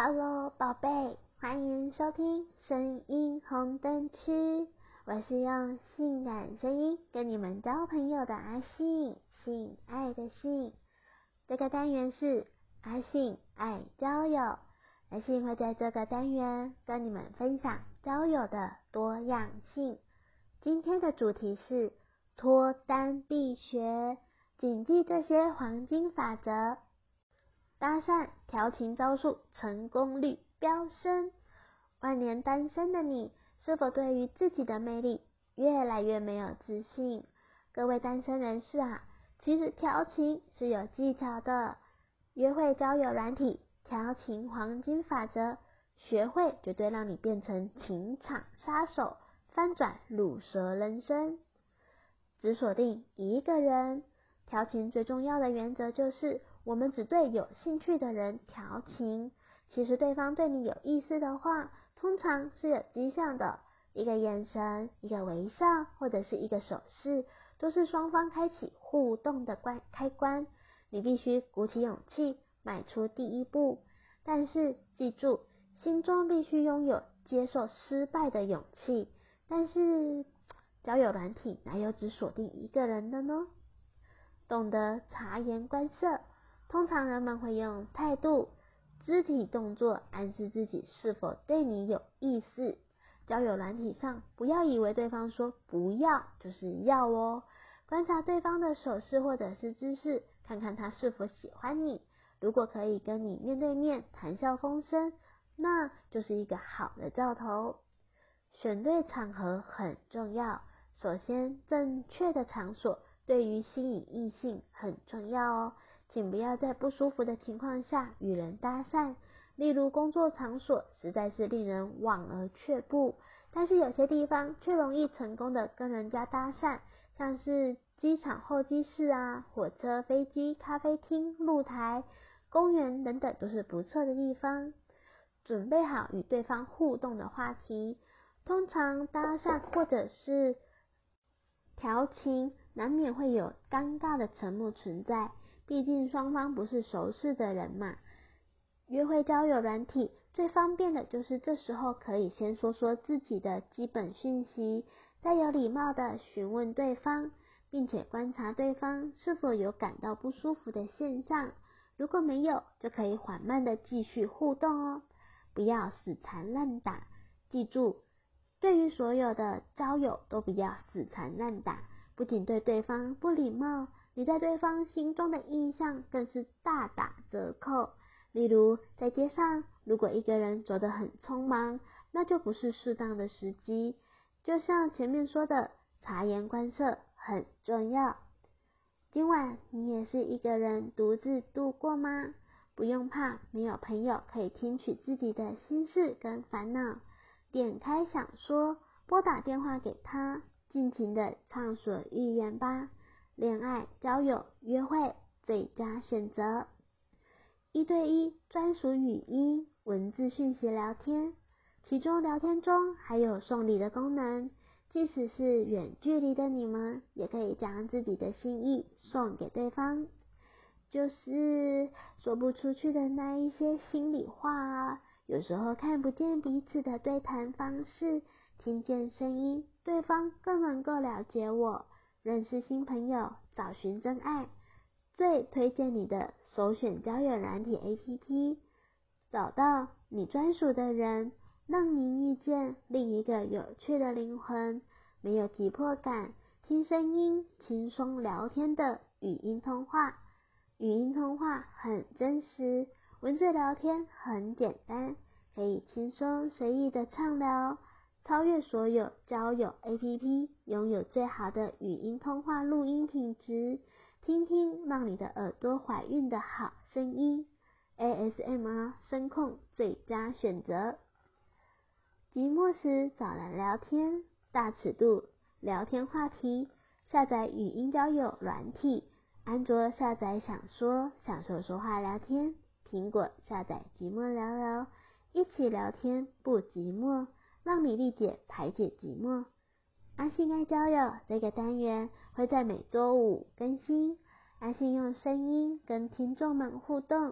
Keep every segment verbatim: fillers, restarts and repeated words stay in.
Hello， 宝贝，欢迎收听声音红灯区。我是用性感声音跟你们交朋友的阿信，性爱的性。这个单元是阿信爱交友，阿信会在这个单元跟你们分享交友的多样性。今天的主题是脱单必学，谨记这些黄金法则。搭讪调情招数成功率飙升，万年单身的你是否对于自己的魅力越来越没有自信？各位单身人士啊，其实调情是有技巧的，约会交友软体调情黄金法则，学会绝对让你变成情场杀手，翻转乳蛇人生。只锁定一个人，调情最重要的原则就是我们只对有兴趣的人调情，其实对方对你有意思的话，通常是有迹象的，一个眼神，一个微笑，或者是一个手势，都是双方开启互动的关开关。你必须鼓起勇气迈出第一步，但是记住，心中必须拥有接受失败的勇气。但是交友软体哪有只锁定一个人的呢？懂得察言观色，通常人们会用态度、肢体动作暗示自己是否对你有意思。交友软体上，不要以为对方说不要就是要哦，观察对方的手势或者是姿势，看看他是否喜欢你。如果可以跟你面对面谈笑风生，那就是一个好的兆头。选对场合很重要，首先正确的场所对于吸引异性很重要哦，请不要在不舒服的情况下与人搭讪，例如工作场所实在是令人望而却步，但是有些地方却容易成功的跟人家搭讪，像是机场候机室啊、火车、飞机、咖啡厅、露台、公园等等都是不错的地方。准备好与对方互动的话题，通常搭讪或者是调情难免会有尴尬的沉默存在，毕竟双方不是熟识的人嘛。约会交友软体最方便的就是这时候可以先说说自己的基本讯息，再有礼貌的询问对方，并且观察对方是否有感到不舒服的现象，如果没有，就可以缓慢的继续互动哦，不要死缠烂打。记住，对于所有的交友都不要死缠烂打，不仅对对方不礼貌，你在对方心中的印象更是大打折扣。例如在街上，如果一个人走得很匆忙，那就不是适当的时机。就像前面说的，察言观色很重要。今晚你也是一个人独自度过吗？不用怕，没有朋友可以听取自己的心事跟烦恼。点开想说，拨打电话给他，尽情的畅所欲言吧。恋爱、交友、约会最佳选择。一对一专属语音文字讯息聊天，其中聊天中还有送礼的功能，即使是远距离的你们，也可以将自己的心意送给对方，就是说不出去的那一些心里话啊。有时候看不见彼此的对谈方式，听见声音，对方更能够了解我。认识新朋友，找寻真爱，最推荐你的首选交友软体 A P P， 找到你专属的人，让您遇见另一个有趣的灵魂。没有急迫感，听声音，轻松聊天的语音通话。语音通话很真实，文字聊天很简单，可以轻松随意的畅聊，超越所有交友 A P P， 拥有最好的语音通话录音品质，听听让你的耳朵怀孕的好声音。 A S M R 声控最佳选择。寂寞时找人聊天，大尺度聊天话题，下载语音交友软体，安卓下载想说，享受说话聊天，苹果下载寂寞聊聊，一起聊天不寂寞，让你理解排解寂寞。阿信爱交友这个单元会在每周五更新，阿信用声音跟听众们互动，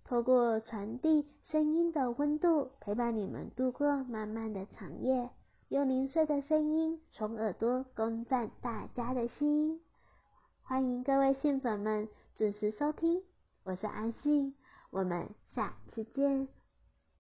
透过传递声音的温度，陪伴你们度过漫漫的长夜，用零碎的声音从耳朵攻占大家的心。欢迎各位信粉们准时收听，我是阿信，我们下次见。